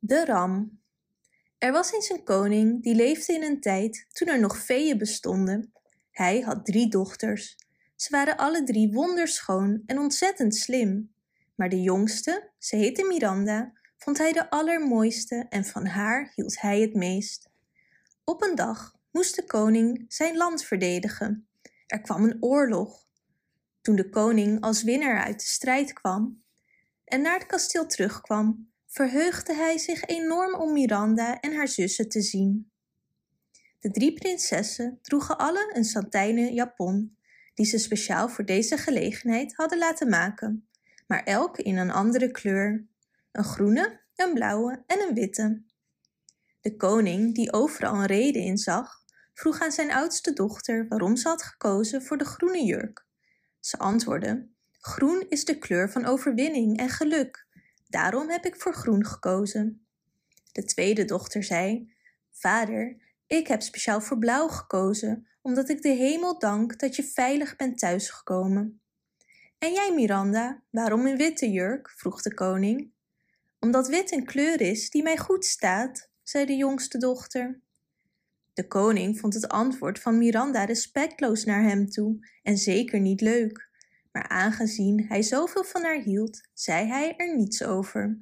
De ram. Er was eens een koning die leefde in een tijd toen er nog feeën bestonden. Hij had 3 dochters. Ze waren alle 3 wonderschoon en ontzettend slim. Maar de jongste, ze heette Miranda, vond hij de allermooiste en van haar hield hij het meest. Op een dag moest de koning zijn land verdedigen. Er kwam een oorlog. Toen de koning als winnaar uit de strijd kwam en naar het kasteel terugkwam, verheugde hij zich enorm om Miranda en haar zussen te zien. De 3 prinsessen droegen alle een satijnen japon, die ze speciaal voor deze gelegenheid hadden laten maken, maar elk in een andere kleur: een groene, een blauwe en een witte. De koning, die overal een reden in zag, vroeg aan zijn oudste dochter waarom ze had gekozen voor de groene jurk. Ze antwoordde: groen is de kleur van overwinning en geluk. Daarom heb ik voor groen gekozen. De tweede dochter zei: vader, ik heb speciaal voor blauw gekozen, omdat ik de hemel dank dat je veilig bent thuisgekomen. En jij, Miranda, waarom een witte jurk? Vroeg de koning. Omdat wit een kleur is die mij goed staat, zei de jongste dochter. De koning vond het antwoord van Miranda respectloos naar hem toe en zeker niet leuk. Maar aangezien hij zoveel van haar hield, zei hij er niets over.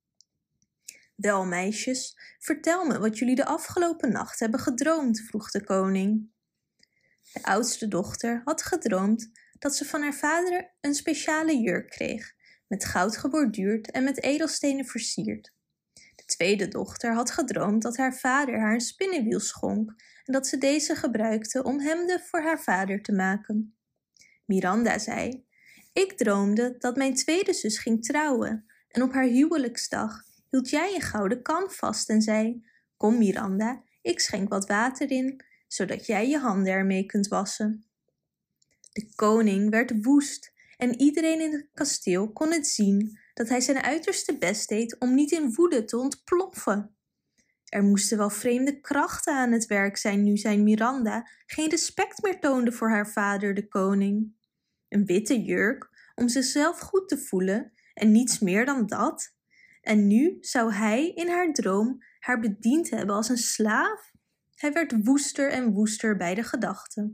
Wel, meisjes, vertel me wat jullie de afgelopen nacht hebben gedroomd, vroeg de koning. De oudste dochter had gedroomd dat ze van haar vader een speciale jurk kreeg, met goud geborduurd en met edelstenen versierd. De tweede dochter had gedroomd dat haar vader haar een spinnenwiel schonk en dat ze deze gebruikte om hemden voor haar vader te maken. Miranda zei: ik droomde dat mijn tweede zus ging trouwen en op haar huwelijksdag hield jij een gouden kan vast en zei: kom Miranda, ik schenk wat water in, zodat jij je handen ermee kunt wassen. De koning werd woest en iedereen in het kasteel kon het zien dat hij zijn uiterste best deed om niet in woede te ontploffen. Er moesten wel vreemde krachten aan het werk zijn nu zijn Miranda geen respect meer toonde voor haar vader, de koning. Een witte jurk om zichzelf goed te voelen en niets meer dan dat. En nu zou hij in haar droom haar bediend hebben als een slaaf? Hij werd woester en woester bij de gedachte.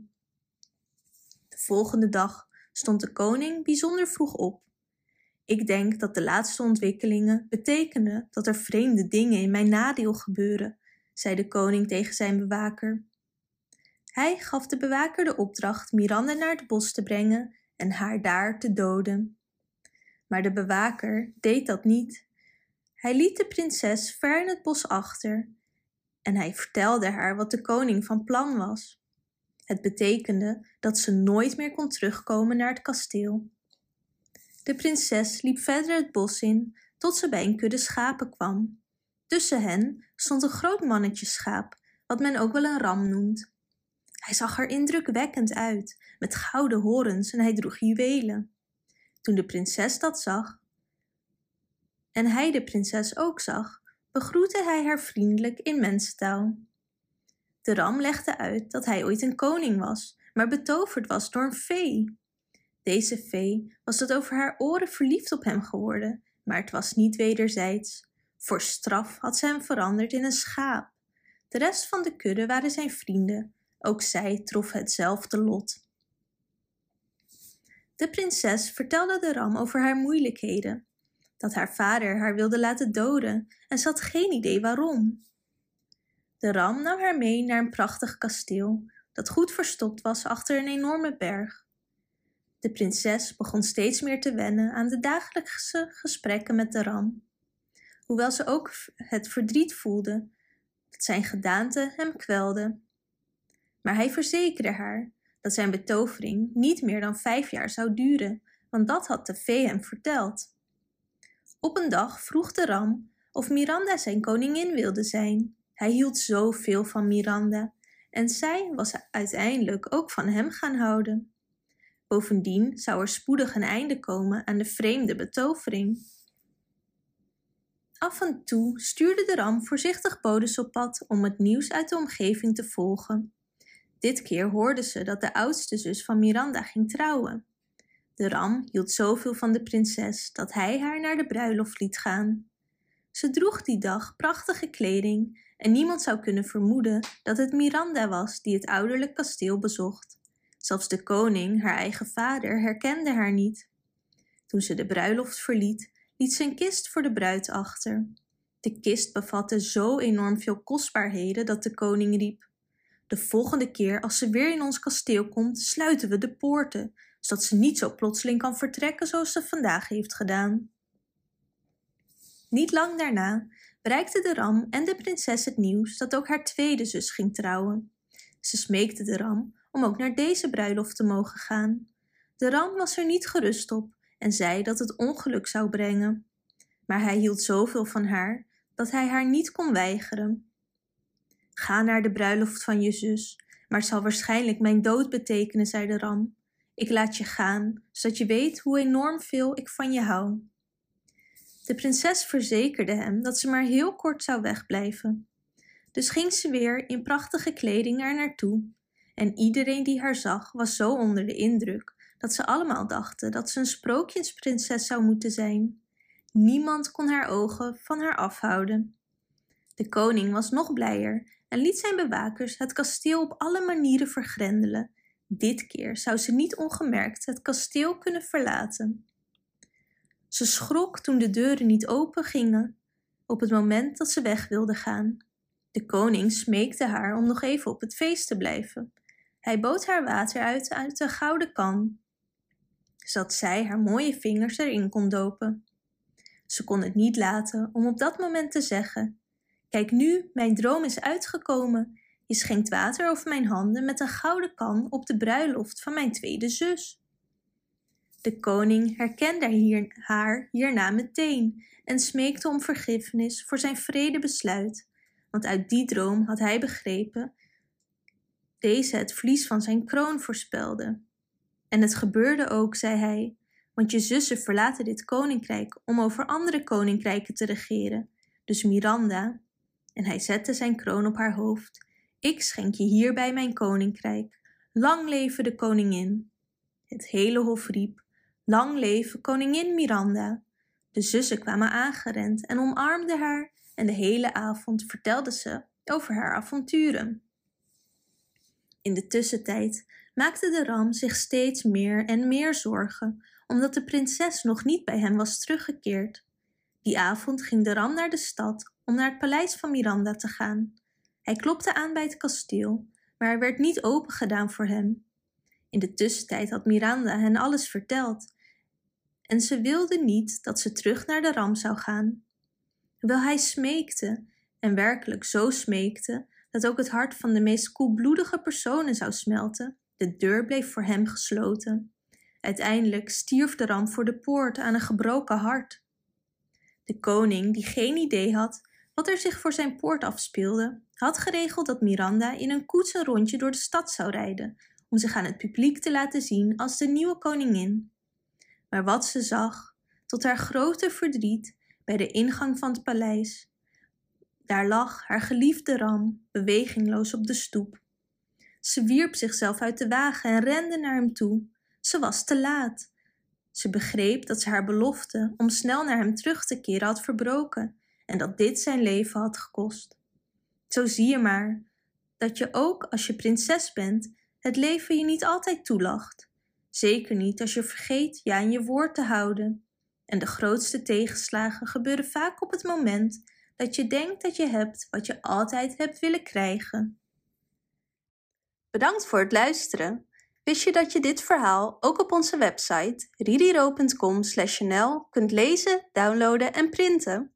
De volgende dag stond de koning bijzonder vroeg op. Ik denk dat de laatste ontwikkelingen betekenen dat er vreemde dingen in mijn nadeel gebeuren, zei de koning tegen zijn bewaker. Hij gaf de bewaker de opdracht Miranda naar het bos te brengen en haar daar te doden. Maar de bewaker deed dat niet. Hij liet de prinses ver in het bos achter en hij vertelde haar wat de koning van plan was. Het betekende dat ze nooit meer kon terugkomen naar het kasteel. De prinses liep verder het bos in tot ze bij een kudde schapen kwam. Tussen hen stond een groot mannetjesschaap, wat men ook wel een ram noemt. Hij zag er indrukwekkend uit, met gouden horens en hij droeg juwelen. Toen de prinses dat zag, en hij de prinses ook zag, begroette hij haar vriendelijk in mensentaal. De ram legde uit dat hij ooit een koning was, maar betoverd was door een fee. Deze fee was tot over haar oren verliefd op hem geworden, maar het was niet wederzijds. Voor straf had ze hem veranderd in een schaap. De rest van de kudde waren zijn vrienden. Ook zij troffen hetzelfde lot. De prinses vertelde de ram over haar moeilijkheden. Dat haar vader haar wilde laten doden en ze had geen idee waarom. De ram nam haar mee naar een prachtig kasteel dat goed verstopt was achter een enorme berg. De prinses begon steeds meer te wennen aan de dagelijkse gesprekken met de ram. Hoewel ze ook het verdriet voelde dat zijn gedaante hem kwelde. Maar hij verzekerde haar dat zijn betovering niet meer dan 5 jaar zou duren, want dat had de fee hem verteld. Op een dag vroeg de ram of Miranda zijn koningin wilde zijn. Hij hield zoveel van Miranda en zij was uiteindelijk ook van hem gaan houden. Bovendien zou er spoedig een einde komen aan de vreemde betovering. Af en toe stuurde de ram voorzichtig bodes op pad om het nieuws uit de omgeving te volgen. Dit keer hoorden ze dat de oudste zus van Miranda ging trouwen. De ram hield zoveel van de prinses dat hij haar naar de bruiloft liet gaan. Ze droeg die dag prachtige kleding en niemand zou kunnen vermoeden dat het Miranda was die het ouderlijk kasteel bezocht. Zelfs de koning, haar eigen vader, herkende haar niet. Toen ze de bruiloft verliet, liet ze een kist voor de bruid achter. De kist bevatte zo enorm veel kostbaarheden dat de koning riep: "De volgende keer als ze weer in ons kasteel komt, sluiten we de poorten, zodat ze niet zo plotseling kan vertrekken zoals ze vandaag heeft gedaan." Niet lang daarna bereikte de ram en de prinses het nieuws dat ook haar tweede zus ging trouwen. Ze smeekte de ram om ook naar deze bruiloft te mogen gaan. De ram was er niet gerust op en zei dat het ongeluk zou brengen. Maar hij hield zoveel van haar dat hij haar niet kon weigeren. "Ga naar de bruiloft van je zus, maar het zal waarschijnlijk mijn dood betekenen," zei de ram. "Ik laat je gaan, zodat je weet hoe enorm veel ik van je hou." De prinses verzekerde hem dat ze maar heel kort zou wegblijven. Dus ging ze weer in prachtige kleding er naartoe. En iedereen die haar zag was zo onder de indruk dat ze allemaal dachten dat ze een sprookjesprinses zou moeten zijn. Niemand kon haar ogen van haar afhouden. De koning was nog blijer en liet zijn bewakers het kasteel op alle manieren vergrendelen. Dit keer zou ze niet ongemerkt het kasteel kunnen verlaten. Ze schrok toen de deuren niet open gingen, op het moment dat ze weg wilde gaan. De koning smeekte haar om nog even op het feest te blijven. Hij bood haar water uit een gouden kan, zodat zij haar mooie vingers erin kon dopen. Ze kon het niet laten om op dat moment te zeggen: "Kijk nu, mijn droom is uitgekomen. Je schenkt water over mijn handen met een gouden kan op de bruiloft van mijn tweede zus." De koning herkende haar hierna meteen en smeekte om vergiffenis voor zijn wrede besluit, want uit die droom had hij begrepen deze het verlies van zijn kroon voorspelde. "En het gebeurde ook," zei hij, "want je zussen verlaten dit koninkrijk om over andere koninkrijken te regeren. Dus Miranda," en hij zette zijn kroon op haar hoofd, "ik schenk je hierbij mijn koninkrijk. Lang leven de koningin." Het hele hof riep: "Lang leven koningin Miranda." De zussen kwamen aangerend en omarmden haar en de hele avond vertelde ze over haar avonturen. In de tussentijd maakte de ram zich steeds meer en meer zorgen, omdat de prinses nog niet bij hem was teruggekeerd. Die avond ging de ram naar de stad om naar het paleis van Miranda te gaan. Hij klopte aan bij het kasteel, maar er werd niet opengedaan voor hem. In de tussentijd had Miranda hen alles verteld en ze wilde niet dat ze terug naar de ram zou gaan. Hoewel hij smeekte, en werkelijk zo smeekte, dat ook het hart van de meest koelbloedige personen zou smelten, de deur bleef voor hem gesloten. Uiteindelijk stierf de ram voor de poort aan een gebroken hart. De koning, die geen idee had wat er zich voor zijn poort afspeelde, had geregeld dat Miranda in een koets een rondje door de stad zou rijden, om zich aan het publiek te laten zien als de nieuwe koningin. Maar wat ze zag, tot haar grote verdriet, bij de ingang van het paleis, daar lag haar geliefde ram, bewegingloos op de stoep. Ze wierp zichzelf uit de wagen en rende naar hem toe. Ze was te laat. Ze begreep dat ze haar belofte om snel naar hem terug te keren had verbroken en dat dit zijn leven had gekost. Zo zie je maar dat je ook als je prinses bent, het leven je niet altijd toelacht. Zeker niet als je vergeet je aan je woord te houden. En de grootste tegenslagen gebeuren vaak op het moment dat je denkt dat je hebt wat je altijd hebt willen krijgen. Bedankt voor het luisteren. Wist je dat je dit verhaal ook op onze website ririro.com/nl kunt lezen, downloaden en printen?